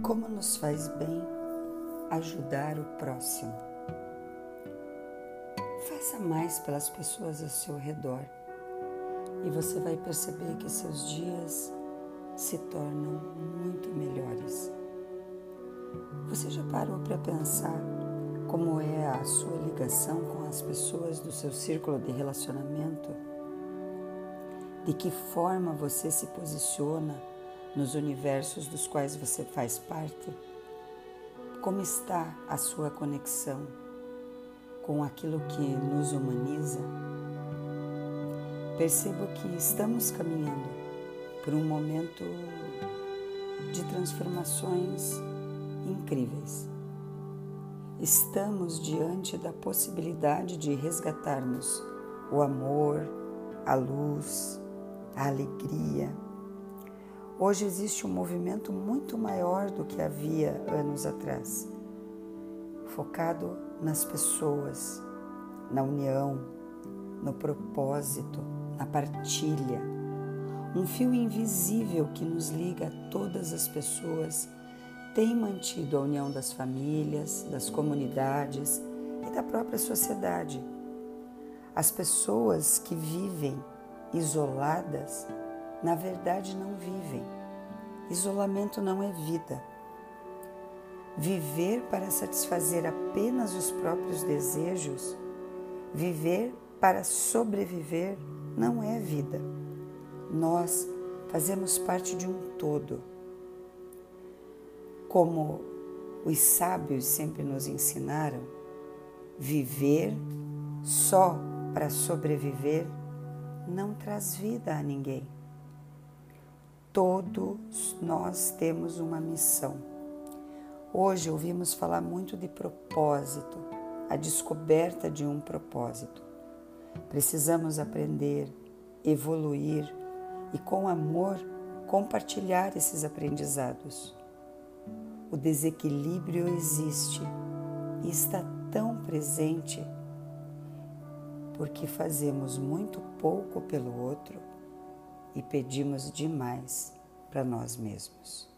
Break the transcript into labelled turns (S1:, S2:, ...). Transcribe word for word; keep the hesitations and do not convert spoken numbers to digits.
S1: Como nos faz bem ajudar o próximo? Faça mais pelas pessoas ao seu redor e você vai perceber que seus dias se tornam muito melhores. Você já parou para pensar como é a sua ligação com as pessoas do seu círculo de relacionamento? De que forma você se posiciona nos universos dos quais você faz parte? Como está a sua conexão com aquilo que nos humaniza? Percebo que estamos caminhando por um momento de transformações incríveis. Estamos diante da possibilidade de resgatarmos o amor, a luz, a alegria. Hoje existe um movimento muito maior do que havia anos atrás, focado nas pessoas, na união, no propósito, na partilha. Um fio invisível que nos liga a todas as pessoas tem mantido a união das famílias, das comunidades e da própria sociedade. As pessoas que vivem isoladas, na verdade não vivem. Isolamento não é vida. Viver para satisfazer apenas os próprios desejos, viver para sobreviver, não é vida. Nós fazemos parte de um todo. Como os sábios sempre nos ensinaram, viver só para sobreviver não traz vida a ninguém. Todos nós temos uma missão. Hoje ouvimos falar muito de propósito, a descoberta de um propósito. Precisamos aprender, evoluir e, com amor, compartilhar esses aprendizados. O desequilíbrio existe e está tão presente porque fazemos muito pouco pelo outro e pedimos demais para nós mesmos.